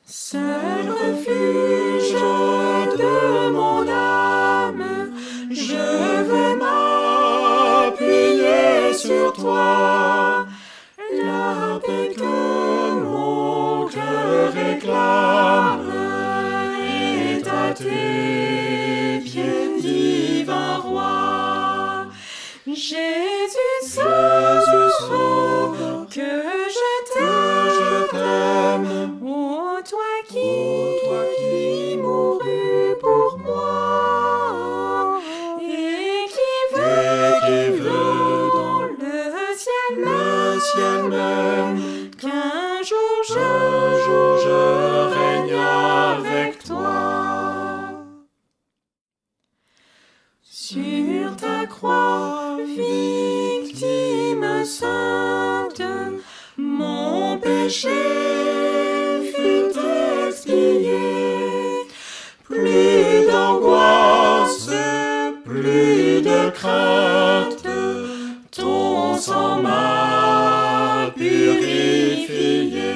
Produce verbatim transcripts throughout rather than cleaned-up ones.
Seul refuge de mon âme, je veux m'appuyer sur toi. La paix que mon cœur réclame est à tes pieds, divin roi. Jésus, sauve, que je t'aime, ô toi qui, toi qui mourus pour moi, et qui veut, qui veut dans le ciel, le ciel même, qu'un jour je, jour je règne avec toi. Sur ta croix, victime sainte, mon péché fut expié. Plus d'angoisse, plus de crainte, ton sang m'a purifié.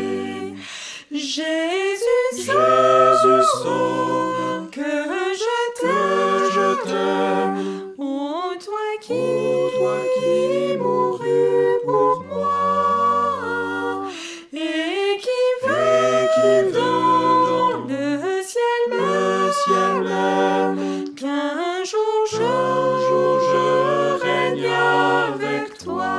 Jésus, Jésus, sauve, que je t'aime, je t'aime, ô toi qui, ô toi qui mourus pour moi, et qui veut, qui veut dans le ciel, le ciel même, qu'un jour je, jour je règne avec toi.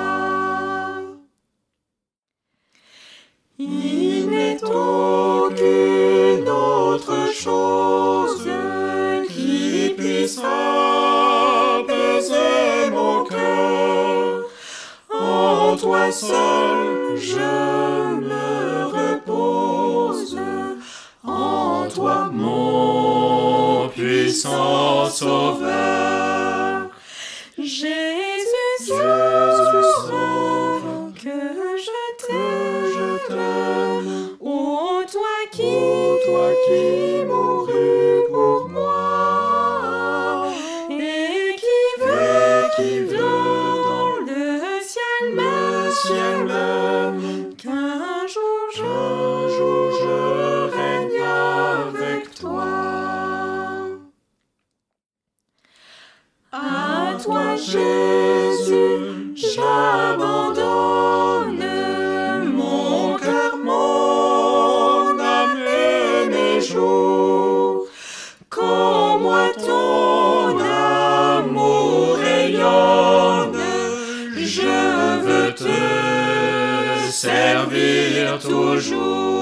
Il n'est aucune autre chose qui puisse apaiser mon cœur. En toi seul je me repose, en toi mon puissant Sauveur. Jésus, sauve, que je t'aime, ô toi qui, toi qui mourus pour moi, et qui veut, qui veut dans le ciel, le ciel même, qu'un jour je, jour je règne avec toi. À toi, Jésus, j'abandonne mon cœur, mon âme et mes jours. Qu'en moi ton amour rayonne, je veux te servir toujours.